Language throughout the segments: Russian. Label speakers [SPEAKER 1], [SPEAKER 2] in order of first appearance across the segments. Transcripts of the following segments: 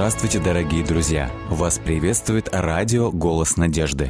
[SPEAKER 1] Здравствуйте, дорогие друзья! Вас приветствует радио «Голос надежды».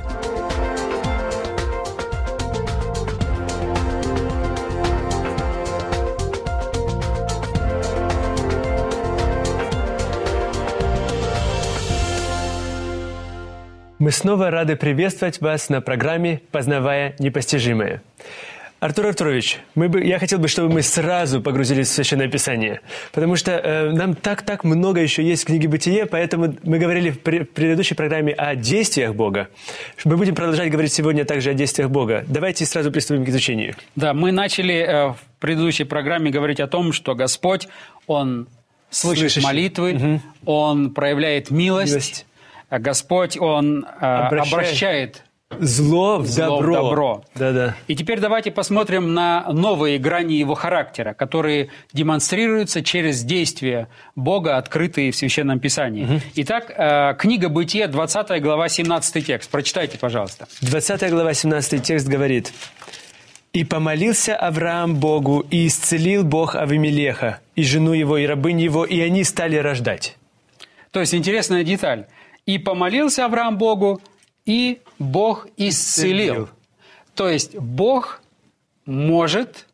[SPEAKER 2] Мы снова рады приветствовать вас на программе «Познавая непостижимое». Артур Артурович, я хотел бы, чтобы мы сразу погрузились в Священное Писание, потому что нам так много еще есть в книге «Бытие», поэтому мы говорили в предыдущей программе о действиях Бога. Мы будем продолжать говорить сегодня также о действиях Бога. Давайте сразу приступим к изучению.
[SPEAKER 3] Да, мы начали в предыдущей программе говорить о том, что Господь, Он слышит молитвы, Он проявляет милость. Господь, Он обращает
[SPEAKER 2] зло в добро. Да-да.
[SPEAKER 3] И теперь давайте посмотрим на новые грани Его характера, которые демонстрируются через действия Бога, открытые в Священном Писании. Итак, книга Бытие, 20 глава, 17 текст. Прочитайте, пожалуйста.
[SPEAKER 2] 20 глава, 17 текст говорит: «И помолился Авраам Богу, и исцелил Бог Авимелеха, и жену его, и рабынь его, и они стали рождать». То есть интересная деталь. «И помолился Авраам Богу, и Бог исцелил». То есть Бог может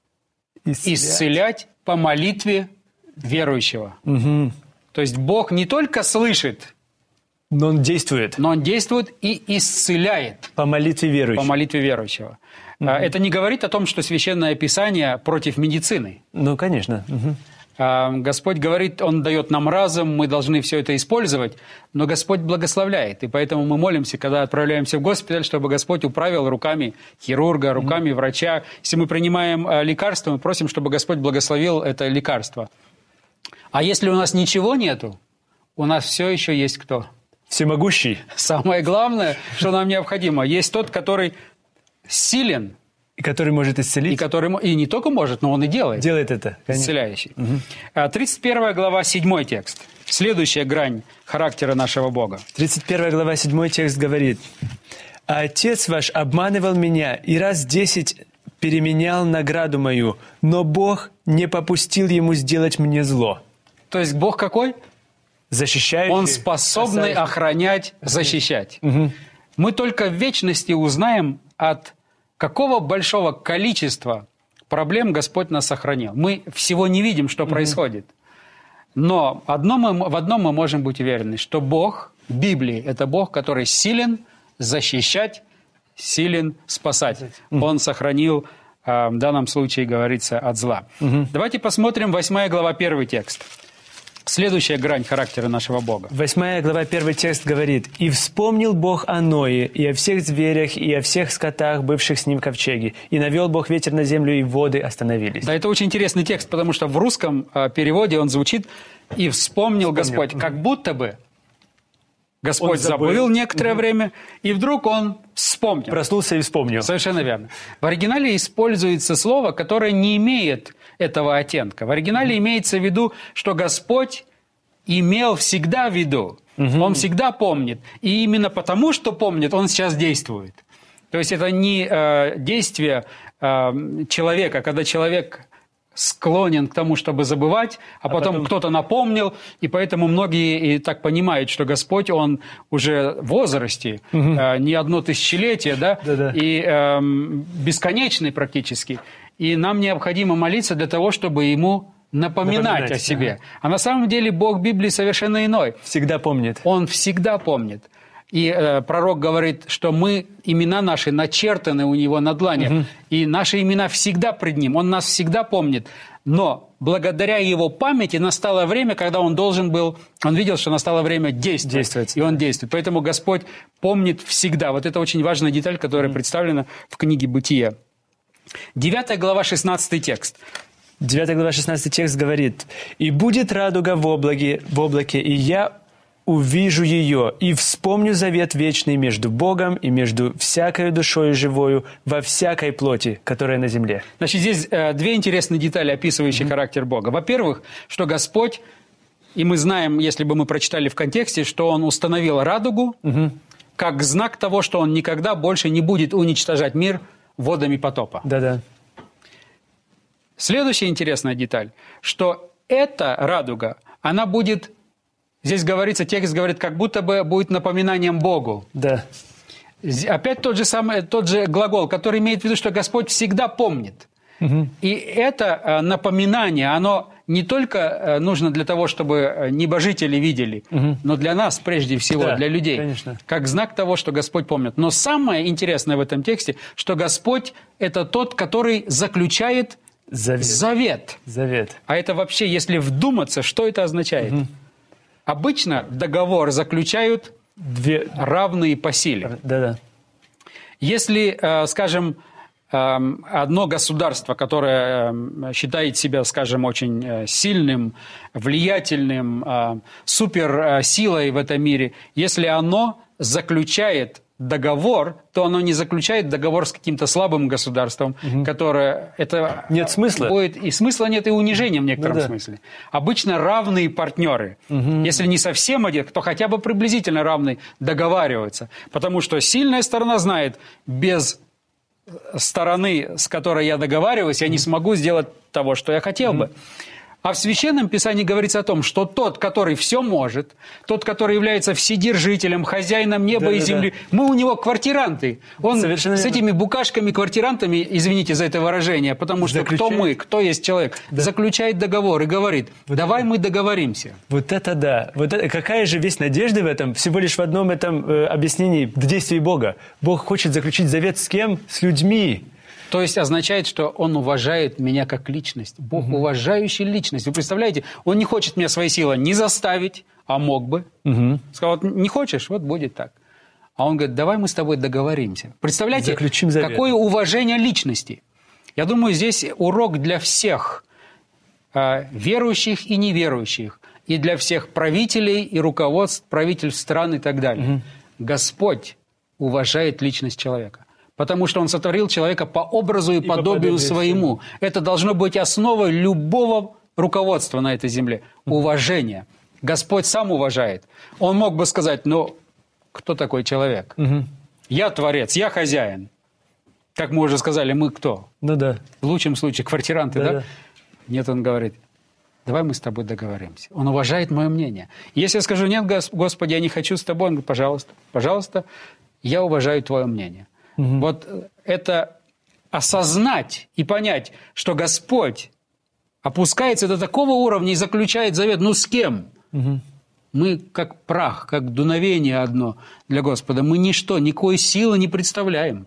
[SPEAKER 2] исцелять по молитве верующего. То есть Бог не только слышит, но Он действует.
[SPEAKER 3] И исцеляет.
[SPEAKER 2] По молитве
[SPEAKER 3] верующего. Это не говорит о том, что Священное Писание против медицины.
[SPEAKER 2] Ну, конечно.
[SPEAKER 3] Господь говорит, Он дает нам разум, мы должны все это использовать, но Господь благословляет. И поэтому мы молимся, когда отправляемся в госпиталь, чтобы Господь управил руками хирурга, руками врача. Если мы принимаем лекарство, мы просим, чтобы Господь благословил это лекарство. А если у нас ничего нету, у нас все еще есть кто?
[SPEAKER 2] Всемогущий.
[SPEAKER 3] Самое главное, что нам необходимо, есть тот, который силен,
[SPEAKER 2] и который может исцелить.
[SPEAKER 3] И не только может, но он и делает.
[SPEAKER 2] Делает это, конечно.
[SPEAKER 3] Исцеляющий. 31 глава, 7 текст. Следующая грань характера нашего Бога.
[SPEAKER 2] 31 глава, 7 текст говорит: «А отец ваш обманывал меня и раз 10 переменял награду мою, но Бог не попустил ему сделать мне зло».
[SPEAKER 3] То есть Бог какой?
[SPEAKER 2] Защищающий.
[SPEAKER 3] Он способный охранять, защищать. Мы только в вечности узнаем, от какого большого количества проблем Господь нас сохранил. Мы всего не видим, что происходит. Но в одном мы можем быть уверены, что Бог в Библии – это Бог, который силен защищать, силен спасать. Он сохранил, в данном случае говорится, от зла. Давайте посмотрим 8 глава, 1 текст. Следующая грань характера нашего Бога.
[SPEAKER 2] 8 глава, 1 текст говорит: «И вспомнил Бог о Ное, и о всех зверях, и о всех скотах, бывших с ним в ковчеге. И навел Бог ветер на землю, и воды остановились».
[SPEAKER 3] Да, это очень интересный текст, потому что в русском переводе он звучит: «И вспомнил Господь», как будто бы Господь забыл некоторое время, и вдруг Он вспомнил.
[SPEAKER 2] Проснулся и вспомнил.
[SPEAKER 3] Совершенно верно. В оригинале используется слово, которое не имеет этого оттенка. В оригинале имеется в виду, что Господь имел всегда в виду. Он всегда помнит. И именно потому, что помнит, Он сейчас действует. То есть это не действие человека, когда человек склонен к тому, чтобы забывать, а потом кто-то напомнил, и поэтому многие и так понимают, что Господь, Он уже в возрасте, не одно тысячелетие, и бесконечный практически. И нам необходимо молиться для того, чтобы Ему напоминать о себе. А на самом деле Бог Библии совершенно иной.
[SPEAKER 2] Всегда помнит.
[SPEAKER 3] Он всегда помнит. И пророк говорит, что имена наши начертаны у Него на длани, и наши имена всегда пред Ним, Он нас всегда помнит. Но благодаря Его памяти настало время, когда Он видел, что настало время действовать, и Он действует. Поэтому Господь помнит всегда. Вот это очень важная деталь, которая представлена в книге «Бытие». 9 глава, 16 текст.
[SPEAKER 2] 9 глава, 16 текст говорит: «И будет радуга в облаке, и я увижу ее, и вспомню завет вечный между Богом и между всякой душою живою во всякой плоти, которая на земле».
[SPEAKER 3] Значит, здесь две интересные детали, описывающие характер Бога. Во-первых, что Господь, и мы знаем, если бы мы прочитали в контексте, что Он установил радугу как знак того, что Он никогда больше не будет уничтожать мир водами потопа.
[SPEAKER 2] Да-да.
[SPEAKER 3] Следующая интересная деталь, что эта радуга, она будет Здесь говорится, текст говорит, как будто бы будет напоминанием Богу.
[SPEAKER 2] Да.
[SPEAKER 3] Опять тот же глагол, который имеет в виду, что Господь всегда помнит. И это напоминание, оно не только нужно для того, чтобы небожители видели, но для нас прежде всего,
[SPEAKER 2] Да,
[SPEAKER 3] для людей,
[SPEAKER 2] конечно.
[SPEAKER 3] как знак того, что Господь помнит. Но самое интересное в этом тексте, что Господь – это тот, который заключает завет.
[SPEAKER 2] Завет.
[SPEAKER 3] А это вообще, если вдуматься, что это означает? Обычно договор заключают равные по силе.
[SPEAKER 2] Да-да.
[SPEAKER 3] Если, скажем, одно государство, которое считает себя, скажем, очень сильным, влиятельным, суперсилой в этом мире, если оно заключает договор, то оно не заключает договор с каким-то слабым государством, которое... Это
[SPEAKER 2] нет смысла.
[SPEAKER 3] Будет, и смысла нет, и унижения в некотором смысле. Обычно равные партнеры, если не совсем один, то хотя бы приблизительно равные, договариваются. Потому что сильная сторона знает, без стороны, с которой я договариваюсь, я не смогу сделать того, что я хотел бы. А в Священном Писании говорится о том, что тот, который все может, тот, который является вседержителем, хозяином неба и земли, мы у него квартиранты. Он
[SPEAKER 2] Совершенно
[SPEAKER 3] с этими букашками-квартирантами, извините за это выражение, потому что кто мы, кто есть человек, заключает договор и говорит, давай мы договоримся.
[SPEAKER 2] Вот это да. Вот это, какая же весь надежда в этом? Всего лишь в одном этом объяснении в действии Бога. Бог хочет заключить завет с кем? С людьми.
[SPEAKER 3] То есть означает, что он уважает меня как личность. Бог уважающий личность. Вы представляете, он не хочет меня своей силой не заставить, а мог бы. Сказал, не хочешь, вот будет так. А он говорит, давай мы с тобой договоримся. Представляете,
[SPEAKER 2] заключим завет.
[SPEAKER 3] Какое уважение личности. Я думаю, здесь урок для всех верующих и неверующих. И для всех правителей и руководств, правительств стран и так далее. Господь уважает личность человека. Потому что он сотворил человека по образу и подобию своему. Это должно быть основой любого руководства на этой земле. Уважение. Господь сам уважает. Он мог бы сказать, ну, кто такой человек? Я творец, я хозяин. Как мы уже сказали, мы кто?
[SPEAKER 2] Ну да.
[SPEAKER 3] В лучшем случае квартиранты, да? Нет, он говорит, давай мы с тобой договоримся. Он уважает мое мнение. Если я скажу, нет, Господи, я не хочу с тобой, он говорит, пожалуйста, пожалуйста, я уважаю твое мнение. Вот это осознать и понять, что Господь опускается до такого уровня и заключает завет, ну с кем? Мы как прах, как дуновение одно для Господа. Мы ничто, никакой силы не представляем.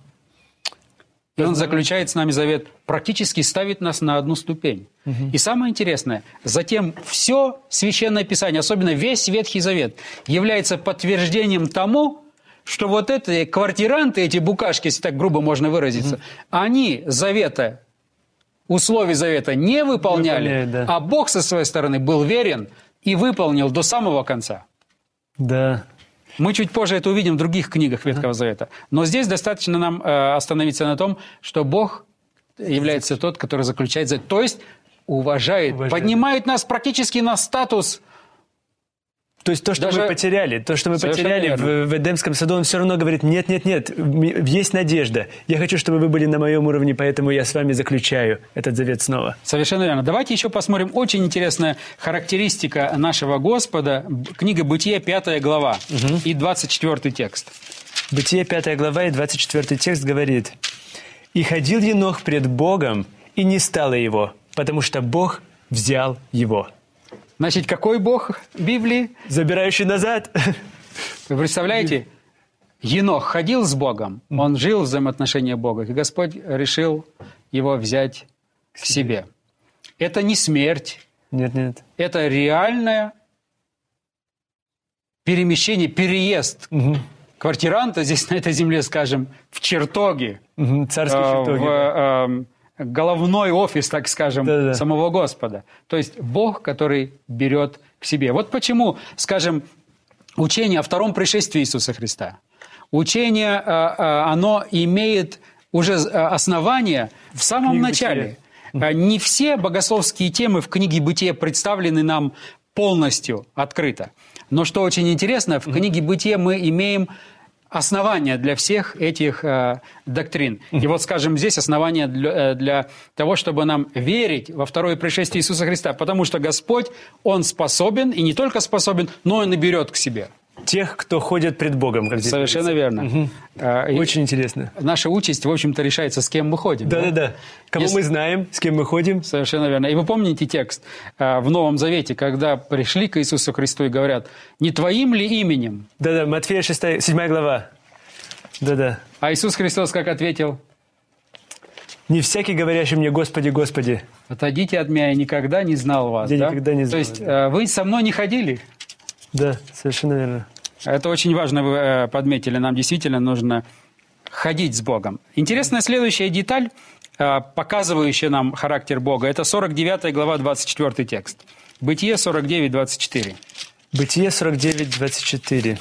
[SPEAKER 3] И Он заключает с нами завет, практически ставит нас на одну ступень. И самое интересное, затем все Священное Писание, особенно весь Ветхий Завет, является подтверждением тому, что вот эти квартиранты, эти букашки, если так грубо можно выразиться, они завета, условий завета не выполняли, а Бог со своей стороны был верен и выполнил до самого конца.
[SPEAKER 2] Да.
[SPEAKER 3] Мы чуть позже это увидим в других книгах Ветхого Завета. Но здесь достаточно нам остановиться на том, что Бог является тот, который заключает завет. То есть уважает, поднимает нас практически на статус.
[SPEAKER 2] То есть то, что мы потеряли, в Эдемском саду, он все равно говорит, нет, есть надежда. Я хочу, чтобы вы были на моем уровне, поэтому я с вами заключаю этот завет снова.
[SPEAKER 3] Совершенно верно. Давайте еще посмотрим очень интересная характеристика нашего Господа. Книга Бытие, 5 глава и 24 текст.
[SPEAKER 2] Бытие, 5 глава и 24 текст говорит, «И ходил Енох пред Богом, и не стало его, потому что Бог взял его».
[SPEAKER 3] Значит, какой Бог Библии?
[SPEAKER 2] Забирающий назад.
[SPEAKER 3] Вы представляете? Енох ходил с Богом, он жил в взаимоотношениях Бога, и Господь решил его взять к себе. Это не смерть.
[SPEAKER 2] Нет.
[SPEAKER 3] Это реальное перемещение, переезд квартиранта здесь, на этой земле, скажем, в чертоге.
[SPEAKER 2] Царские чертоги.
[SPEAKER 3] Головной офис, так скажем, самого Господа. То есть Бог, который берет к себе. Вот почему, скажем, учение о втором пришествии Иисуса Христа, учение, оно имеет уже основание в самом начале. Не все богословские темы в книге «Бытие» представлены нам полностью открыто. Но что очень интересно, в книге «Бытие» мы имеем основание для всех этих доктрин. И вот, скажем, здесь основание для того, чтобы нам верить во второе пришествие Иисуса Христа, потому что Господь, Он способен, и не только способен, но и наберет к себе.
[SPEAKER 2] Тех, кто ходит пред Богом. Как здесь
[SPEAKER 3] Совершенно верно.
[SPEAKER 2] Очень интересно.
[SPEAKER 3] Наша участь, в общем-то, решается, с кем мы ходим.
[SPEAKER 2] Да-да-да. Кого мы знаем, с кем мы ходим.
[SPEAKER 3] Совершенно верно. И вы помните текст в Новом Завете, когда пришли к Иисусу Христу и говорят, не твоим ли именем?
[SPEAKER 2] Да-да, Матфея 7 глава. Да-да.
[SPEAKER 3] А Иисус Христос как ответил?
[SPEAKER 2] Не всякий, говорящий мне, Господи, Господи.
[SPEAKER 3] Отойдите от меня, я никогда не знал вас.
[SPEAKER 2] Я
[SPEAKER 3] да?
[SPEAKER 2] никогда не знал.
[SPEAKER 3] То есть вы со мной не ходили?
[SPEAKER 2] Да, совершенно верно.
[SPEAKER 3] Это очень важно, вы подметили. Нам действительно нужно ходить с Богом. Интересная следующая деталь, показывающая нам характер Бога, это 49 глава, 24 текст. Бытие 49, 24.
[SPEAKER 2] Бытие 49, 24.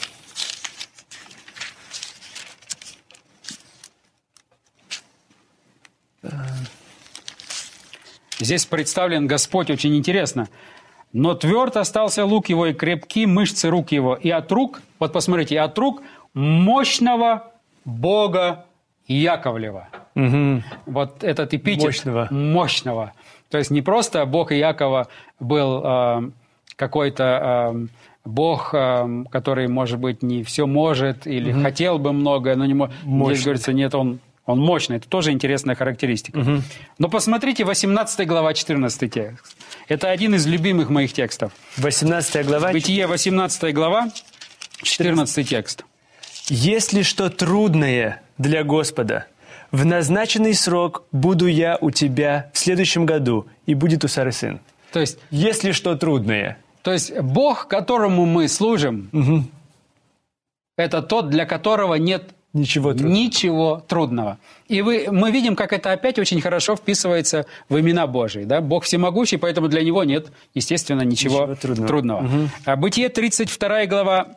[SPEAKER 3] Здесь представлен Господь очень интересно. «Но тверд остался лук его, и крепки мышцы рук его, и от рук, вот посмотрите, от рук мощного Бога Яковлева».
[SPEAKER 2] Угу.
[SPEAKER 3] Вот этот эпитет мощного. То есть не просто Бог Иакова был какой-то Бог, который, может быть, не все может, или хотел бы многое, но не может. Здесь говорится, нет, он мощный. Это тоже интересная характеристика. Но посмотрите, 18 глава, 14 текст. Это один из любимых моих текстов.
[SPEAKER 2] 18 глава.
[SPEAKER 3] Бытие, 18 глава, 14 текст.
[SPEAKER 2] «Если что трудное для Господа, в назначенный срок буду я у тебя в следующем году, и будет у Сары сын».
[SPEAKER 3] То есть,
[SPEAKER 2] если что трудное.
[SPEAKER 3] То есть Бог, которому мы служим, это тот, для которого нет ничего трудного. И мы видим, как это опять очень хорошо вписывается в имена Божии. Да? Бог всемогущий, поэтому для Него нет, естественно, ничего трудного. Бытие 32 глава,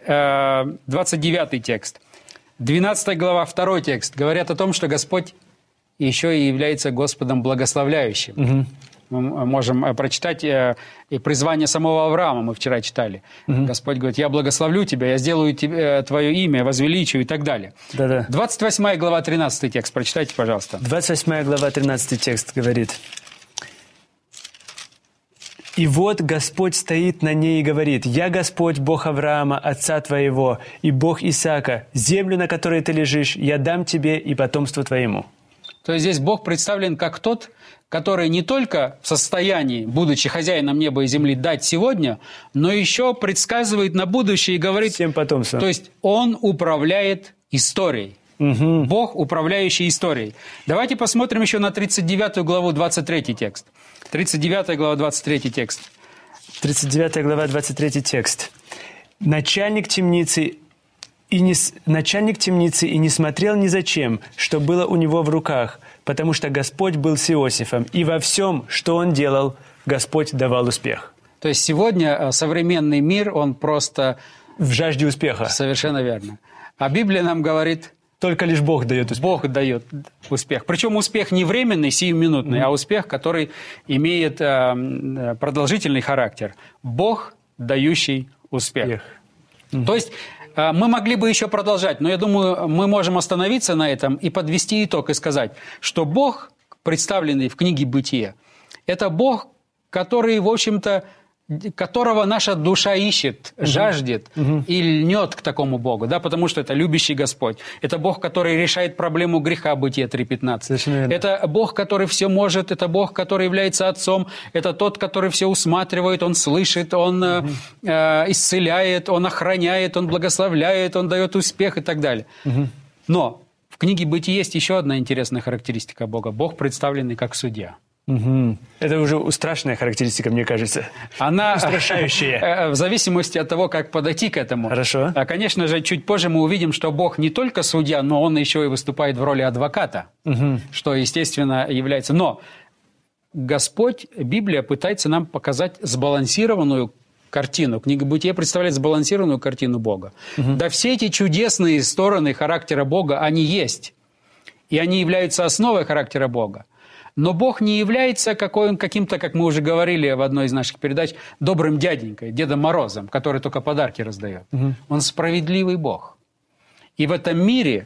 [SPEAKER 3] 29 текст. 12 глава, 2 текст. Говорят о том, что Господь еще и является Господом благословляющим. Мы можем прочитать и призвание самого Авраама, мы вчера читали. Господь говорит, я благословлю тебя, я сделаю тебе, твое имя, возвеличу и так далее. 28 глава, 13 текст, прочитайте, пожалуйста.
[SPEAKER 2] 28 глава, 13 текст говорит. «И вот Господь стоит на ней и говорит, «Я Господь, Бог Авраама, отца твоего, и Бог Исаака, землю, на которой ты лежишь, я дам тебе и потомству твоему».
[SPEAKER 3] То есть здесь Бог представлен как тот, который не только в состоянии, будучи хозяином неба и земли, дать сегодня, но еще предсказывает на будущее и говорит...
[SPEAKER 2] Всем потомствам.
[SPEAKER 3] То есть Он управляет историей. Бог, управляющий историей. Давайте посмотрим еще на 39 главу, 23 текст. 39 глава, 23 текст.
[SPEAKER 2] 39 глава, 23 текст. «Начальник темницы и не смотрел ни зачем, что было у него в руках, потому что Господь был с Иосифом, и во всем, что он делал, Господь давал успех».
[SPEAKER 3] То есть сегодня современный мир, он просто...
[SPEAKER 2] в жажде успеха.
[SPEAKER 3] Совершенно верно. А Библия нам говорит...
[SPEAKER 2] Только лишь Бог дает успех.
[SPEAKER 3] Бог дает успех. Причем успех не временный, сиюминутный, а успех, который имеет продолжительный характер. Бог, дающий успех. То есть мы могли бы еще продолжать, но я думаю, мы можем остановиться на этом и подвести итог и сказать, что Бог, представленный в книге «Бытие», это Бог, который, в общем-то, которого наша душа ищет, жаждет и льнет к такому Богу, да, потому что это любящий Господь. Это Бог, который решает проблему греха, Бытие 3.15. Это Бог, который все может, это Бог, который является Отцом, это тот, который все усматривает, Он слышит, Он исцеляет, Он охраняет, Он благословляет, Он дает успех и так далее. Но в книге «Бытие» есть еще одна интересная характеристика Бога. Бог, представленный как судья.
[SPEAKER 2] Это уже страшная характеристика, мне кажется.
[SPEAKER 3] Она
[SPEAKER 2] устрашающая.
[SPEAKER 3] В зависимости от того, как подойти к этому.
[SPEAKER 2] Хорошо.
[SPEAKER 3] Конечно же, чуть позже мы увидим, что Бог не только судья, но Он еще и выступает в роли адвоката, что, естественно, является... Но Господь, Библия пытается нам показать сбалансированную картину. Книга «Бытие» представляет сбалансированную картину Бога. Да, все эти чудесные стороны характера Бога, они есть. И они являются основой характера Бога. Но Бог не является каким-то, как мы уже говорили в одной из наших передач, добрым дяденькой, Дедом Морозом, который только подарки раздает. Он справедливый Бог. И в этом мире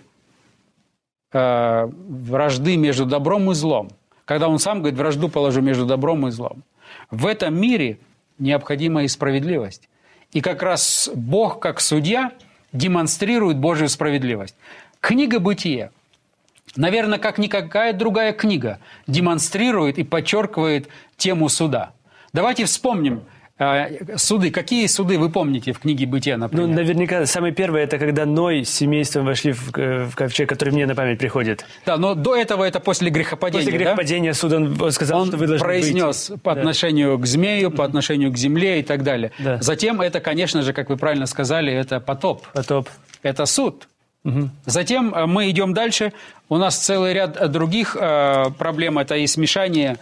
[SPEAKER 3] вражды между добром и злом, когда он сам говорит, вражду положу между добром и злом, в этом мире необходима и справедливость. И как раз Бог, как судья, демонстрирует Божью справедливость. Книга «Бытие», наверное, как никакая другая книга, демонстрирует и подчеркивает тему суда. Давайте вспомним суды. Какие суды вы помните в книге «Бытие», например?
[SPEAKER 2] Ну, наверняка, самое первое, это когда Ной с семейством вошли в ковчег, который мне на память приходит.
[SPEAKER 3] Да, но до этого это после грехопадения.
[SPEAKER 2] После грехопадения суд, он сказал, что вы должны
[SPEAKER 3] произнес
[SPEAKER 2] выйти.
[SPEAKER 3] По отношению к змею, по отношению к земле и так далее.
[SPEAKER 2] Да.
[SPEAKER 3] Затем это, конечно же, как вы правильно сказали, это потоп.
[SPEAKER 2] Потоп.
[SPEAKER 3] Это суд. Затем мы идем дальше. У нас целый ряд других проблем. Это и смешание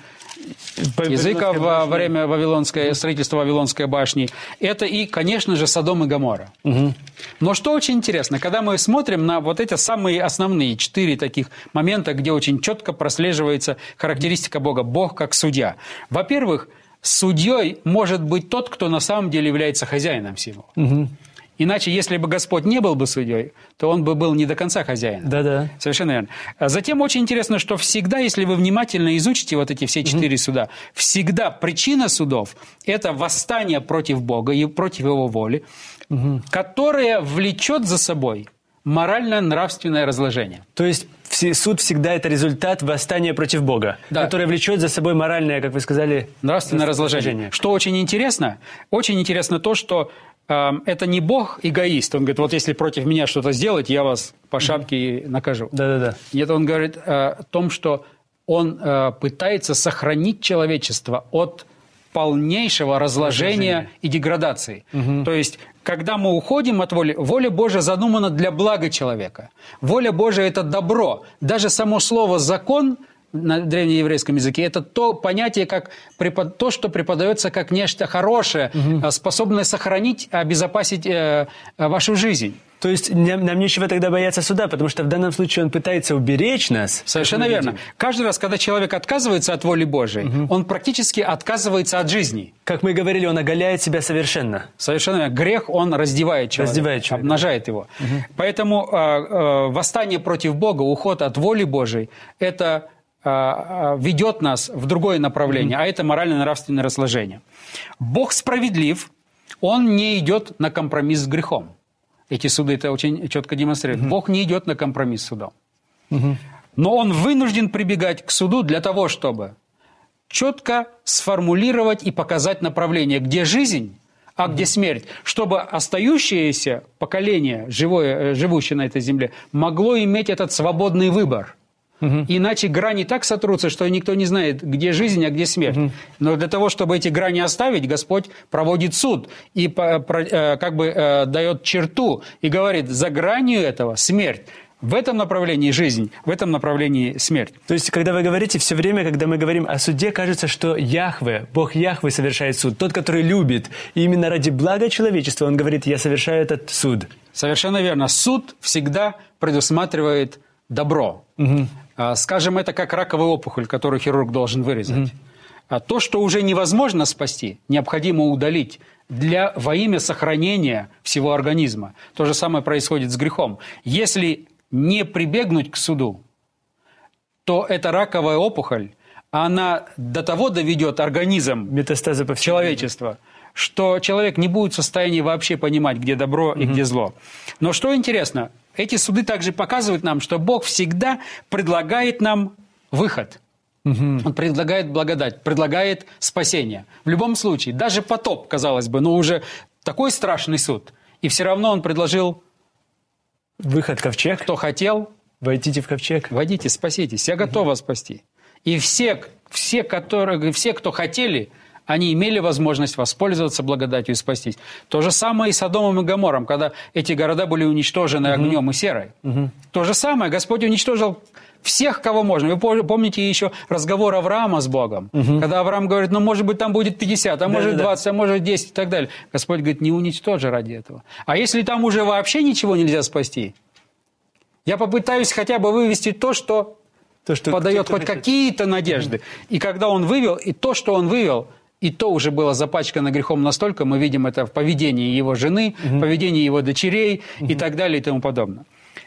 [SPEAKER 3] языка во время строительства Вавилонской башни. Это и, конечно же, Содом и Гоморра. Но что очень интересно, когда мы смотрим на вот эти самые основные 4 таких момента, где очень четко прослеживается характеристика Бога. Бог как судья. Во-первых, судьей может быть тот, кто на самом деле является хозяином всего. Иначе, если бы Господь не был бы судьей, то он бы был не до конца хозяином.
[SPEAKER 2] Да-да.
[SPEAKER 3] Совершенно верно. Затем очень интересно, что всегда, если вы внимательно изучите вот эти все 4 суда, всегда причина судов – это восстание против Бога и против Его воли, которое влечет за собой морально-нравственное разложение.
[SPEAKER 2] То есть суд всегда это результат восстания против Бога, которое влечет за собой моральное, как вы сказали,
[SPEAKER 3] нравственное разложение. Что очень интересно то, что это не Бог эгоист. Он говорит, вот если против меня что-то сделать, я вас по шапке накажу.
[SPEAKER 2] Да-да-да.
[SPEAKER 3] Нет, он говорит о том, что он пытается сохранить человечество от полнейшего разложения и деградации. То есть, когда мы уходим от воли, воля Божия задумана для блага человека. Воля Божия – это добро. Даже само слово «закон» на древнееврейском языке – это то понятие, как то, что преподается как нечто хорошее, способное сохранить, обезопасить вашу жизнь.
[SPEAKER 2] То есть нам нечего тогда бояться суда, потому что в данном случае он пытается уберечь нас.
[SPEAKER 3] Совершенно верно. Каждый раз, когда человек отказывается от воли Божией, он практически отказывается от жизни.
[SPEAKER 2] Как мы говорили, он оголяет себя совершенно.
[SPEAKER 3] Совершенно верно. Грех, он раздевает человека, обнажает его. Поэтому восстание против Бога, уход от воли Божией – это ведет нас в другое направление, а это морально-нравственное разложение. Бог справедлив, Он не идет на компромисс с грехом. Эти суды это очень четко демонстрируют. Бог не идет на компромисс с судом. Но Он вынужден прибегать к суду для того, чтобы четко сформулировать и показать направление, где жизнь, а где смерть, чтобы остающееся поколение, живущее на этой земле, могло иметь этот свободный выбор. Иначе грани так сотрутся, что никто не знает, где жизнь, а где смерть. Но для того, чтобы эти грани оставить, Господь проводит суд и как бы дает черту и говорит, за гранью этого смерть. В этом направлении жизнь, в этом направлении смерть.
[SPEAKER 2] То есть, когда вы говорите, все время, когда мы говорим о суде, кажется, что Яхве, Бог Яхве совершает суд. Тот, который любит. И именно ради блага человечества он говорит, я совершаю этот суд.
[SPEAKER 3] Совершенно верно. Суд всегда предусматривает добро. Скажем, это как раковая опухоль, которую хирург должен вырезать. То, что уже невозможно спасти, необходимо удалить во имя сохранения всего организма. То же самое происходит с грехом. Если не прибегнуть к суду, то эта раковая опухоль, она до того доведет организм человечества, что человек не будет в состоянии вообще понимать, где добро и где зло. Но что интересно, эти суды также показывают нам, что Бог всегда предлагает нам выход. Он предлагает благодать, предлагает спасение. В любом случае, даже потоп, казалось бы, но уже такой страшный суд. И все равно он предложил
[SPEAKER 2] выход в ковчег.
[SPEAKER 3] Кто хотел,
[SPEAKER 2] войдите в ковчег.
[SPEAKER 3] Войдите, спаситесь. Я готов вас спасти. И все, кто хотели, они имели возможность воспользоваться благодатью и спастись. То же самое и с Содомом и Гоморром, когда эти города были уничтожены огнем и серой. То же самое, Господь уничтожил всех, кого можно. Вы помните еще разговор Авраама с Богом, когда Авраам говорит, может быть, там будет 50, а может 20, а может 10 и так далее. Господь говорит, не уничтожи ради этого. А если там уже вообще ничего нельзя спасти, я попытаюсь хотя бы вывести то, что подает хоть какие-то надежды. И когда он вывел, и то, что он вывел, и то уже было запачкано грехом настолько, мы видим это в поведении его жены, в поведении его дочерей и так далее и тому подобное.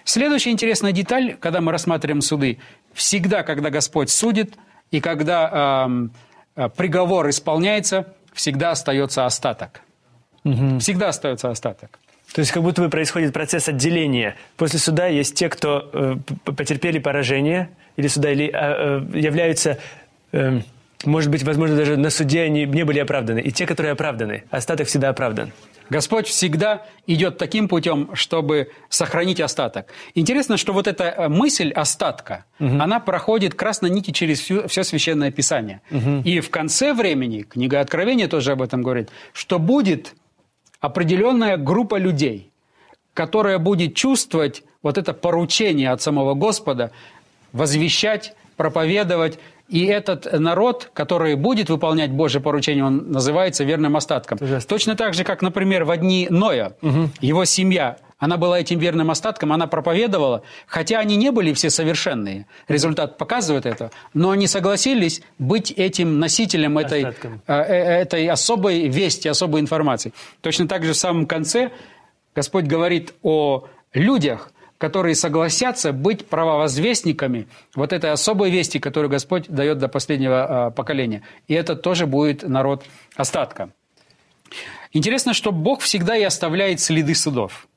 [SPEAKER 3] Следующая интересная деталь, когда мы рассматриваем суды, всегда, когда Господь судит, и когда приговор исполняется, всегда остается остаток. Всегда остается остаток.
[SPEAKER 2] То есть как будто бы происходит процесс отделения. После суда есть те, кто потерпели поражение, или суда, или являются, может быть, возможно, даже на суде они не были оправданы. И те, которые оправданы. Остаток всегда оправдан.
[SPEAKER 3] Господь всегда идет таким путем, чтобы сохранить остаток. Интересно, что вот эта мысль остатка, она проходит красной нити через все Священное Писание. И в конце времени, книга Откровения тоже об этом говорит, что будет определенная группа людей, которая будет чувствовать вот это поручение от самого Господа, возвещать, проповедовать. И этот народ, который будет выполнять Божье поручение, он называется верным остатком. Точно так же, как, например, в дни Ноя, его семья, она была этим верным остатком, она проповедовала, хотя они не были все совершенные. Результат показывает это. Но они согласились быть этим носителем этой особой вести, особой информации. Точно так же в самом конце Господь говорит о людях, которые согласятся быть правовозвестниками вот этой особой вести, которую Господь дает до последнего поколения. И это тоже будет народ остатка. Интересно, что Бог всегда и оставляет следы судов.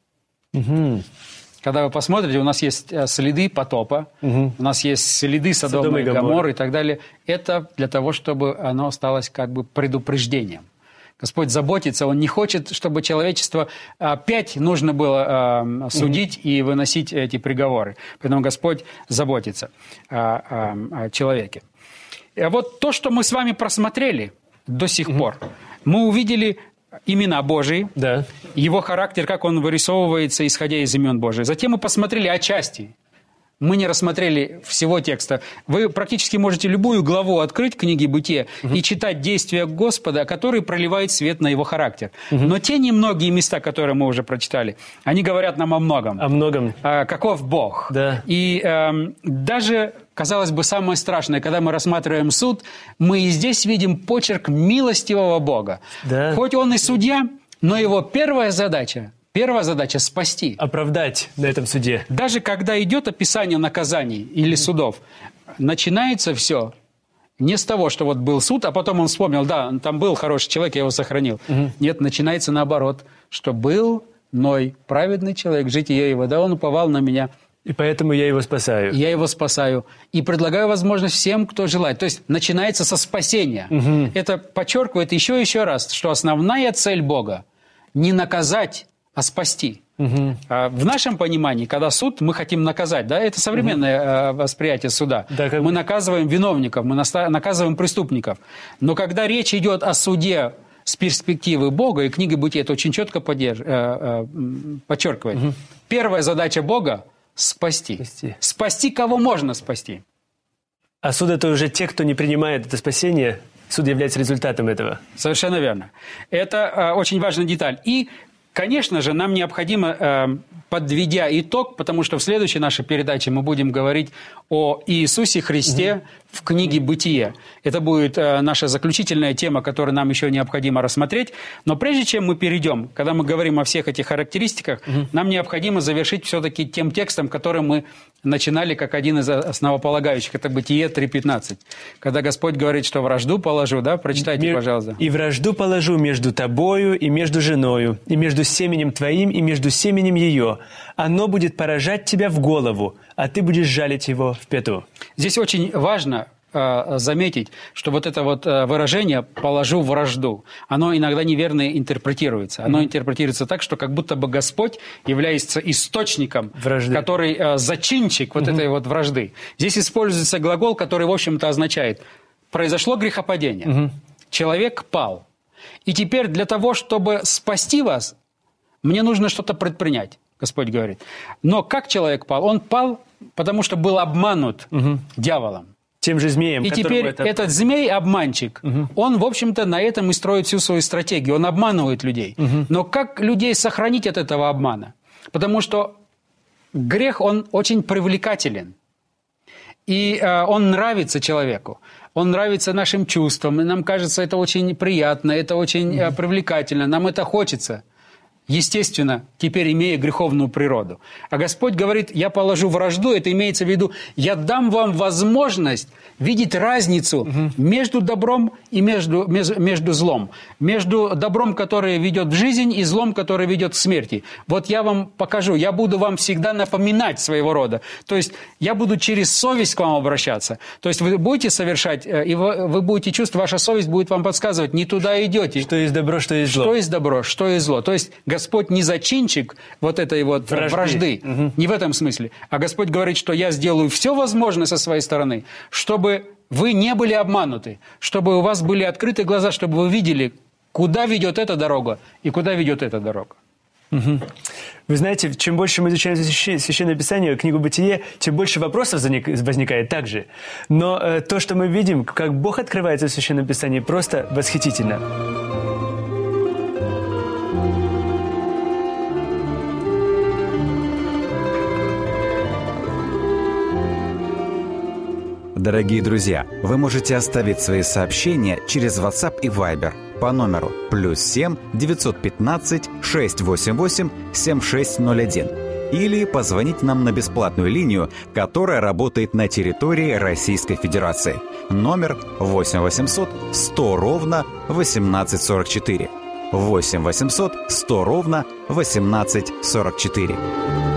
[SPEAKER 3] Когда вы посмотрите, у нас есть следы потопа, у нас есть следы Содома и Гоморры и так далее. Это для того, чтобы оно осталось как бы предупреждением. Господь заботится, Он не хочет, чтобы человечество опять нужно было судить и выносить эти приговоры. Поэтому Господь заботится о человеке. И вот то, что мы с вами просмотрели до сих пор, мы увидели имена Божии, Его характер, как Он вырисовывается, исходя из имен Божьих. Затем мы посмотрели отчасти. Мы не рассмотрели всего текста. Вы практически можете любую главу открыть книги Бытия и читать действия Господа, которые проливают свет на Его характер. Но те немногие места, которые мы уже прочитали, они говорят нам о многом.
[SPEAKER 2] О многом.
[SPEAKER 3] Каков Бог.
[SPEAKER 2] Да.
[SPEAKER 3] И даже, казалось бы, самое страшное, когда мы рассматриваем суд, мы и здесь видим почерк милостивого Бога.
[SPEAKER 2] Да.
[SPEAKER 3] Хоть Он и судья, но Его первая задача спасти.
[SPEAKER 2] Оправдать на этом суде.
[SPEAKER 3] Даже когда идет описание наказаний или судов, начинается все не с того, что вот был суд, а потом он вспомнил, да, там был хороший человек, я его сохранил. Нет, начинается наоборот, что был Ной, праведный человек, житие его, да, он уповал на меня.
[SPEAKER 2] И поэтому я его спасаю.
[SPEAKER 3] Я его спасаю. И предлагаю возможность всем, кто желает. То есть начинается со спасения. Это подчеркивает еще и еще раз, что основная цель Бога не наказать, а спасти. В нашем понимании, когда суд, мы хотим наказать. Да? Это современное восприятие суда.
[SPEAKER 2] Да,
[SPEAKER 3] мы наказываем виновников, мы наказываем преступников. Но когда речь идет о суде с перспективы Бога, и книга Бытия это очень четко подчеркивает, первая задача Бога – спасти. Спасти, кого можно спасти.
[SPEAKER 2] А суд – это уже те, кто не принимает это спасение, суд является результатом этого.
[SPEAKER 3] Совершенно верно. Это очень важная деталь. И конечно же, нам необходимо, подведя итог, потому что в следующей нашей передаче мы будем говорить о Иисусе Христе в книге «Бытие». Это будет наша заключительная тема, которую нам еще необходимо рассмотреть. Но прежде чем мы перейдем, когда мы говорим о всех этих характеристиках, нам необходимо завершить все-таки тем текстом, который мы начинали как один из основополагающих. Это Бытие 3:15. Когда Господь говорит, что вражду положу, да? Прочитайте, пожалуйста.
[SPEAKER 2] «И вражду положу между тобою и между женою, и между семенем твоим и между семенем ее. Оно будет поражать тебя в голову, а ты будешь жалить его в пяту». Здесь
[SPEAKER 3] очень важно заметить, что вот это вот выражение «положу вражду», оно иногда неверно интерпретируется. Оно интерпретируется так, что как будто бы Господь является источником, вражды, который зачинщик вот этой вот вражды. Здесь используется глагол, который, в общем-то, означает «произошло грехопадение, человек пал, и теперь для того, чтобы спасти вас, мне нужно что-то предпринять», Господь говорит. Но как человек пал? Он пал, потому что был обманут дьяволом.
[SPEAKER 2] Тем же змеем.
[SPEAKER 3] И теперь этот змей-обманщик, он, в общем-то, на этом и строит всю свою стратегию. Он обманывает людей. Но как людей сохранить от этого обмана? Потому что грех, он очень привлекателен. И он нравится человеку. Он нравится нашим чувствам. И нам кажется, это очень приятно, это очень привлекательно. Нам это хочется. естественно, теперь имея греховную природу. А Господь говорит, я положу вражду, это имеется в виду, я дам вам возможность видеть разницу между добром и между злом. Между добром, которое ведет в жизнь, и злом, которое ведет к смерти. Вот я вам покажу, я буду вам всегда напоминать своего рода. То есть я буду через совесть к вам обращаться. То есть вы будете совершать, и вы будете чувствовать, ваша совесть будет вам подсказывать, не туда идете.
[SPEAKER 2] Что есть добро, что есть зло.
[SPEAKER 3] Что есть добро, что есть зло. То есть Господь не зачинщик вот этой вот вражды. Не в этом смысле. А Господь говорит, что я сделаю все возможное со своей стороны, чтобы вы не были обмануты, чтобы у вас были открыты глаза, чтобы вы видели, куда ведет эта дорога и куда ведет эта дорога.
[SPEAKER 2] Вы знаете, чем больше мы изучаем Священное Писание, книгу «Бытие», тем больше вопросов возникает также. Но то, что мы видим, как Бог открывается в Священном Писании, просто восхитительно.
[SPEAKER 1] Дорогие друзья, вы можете оставить свои сообщения через WhatsApp и Viber по номеру +7 915 688 7601 или позвонить нам на бесплатную линию, которая работает на территории Российской Федерации. Номер 8 800 100 ровно 1844. 8 800 100 ровно 1844.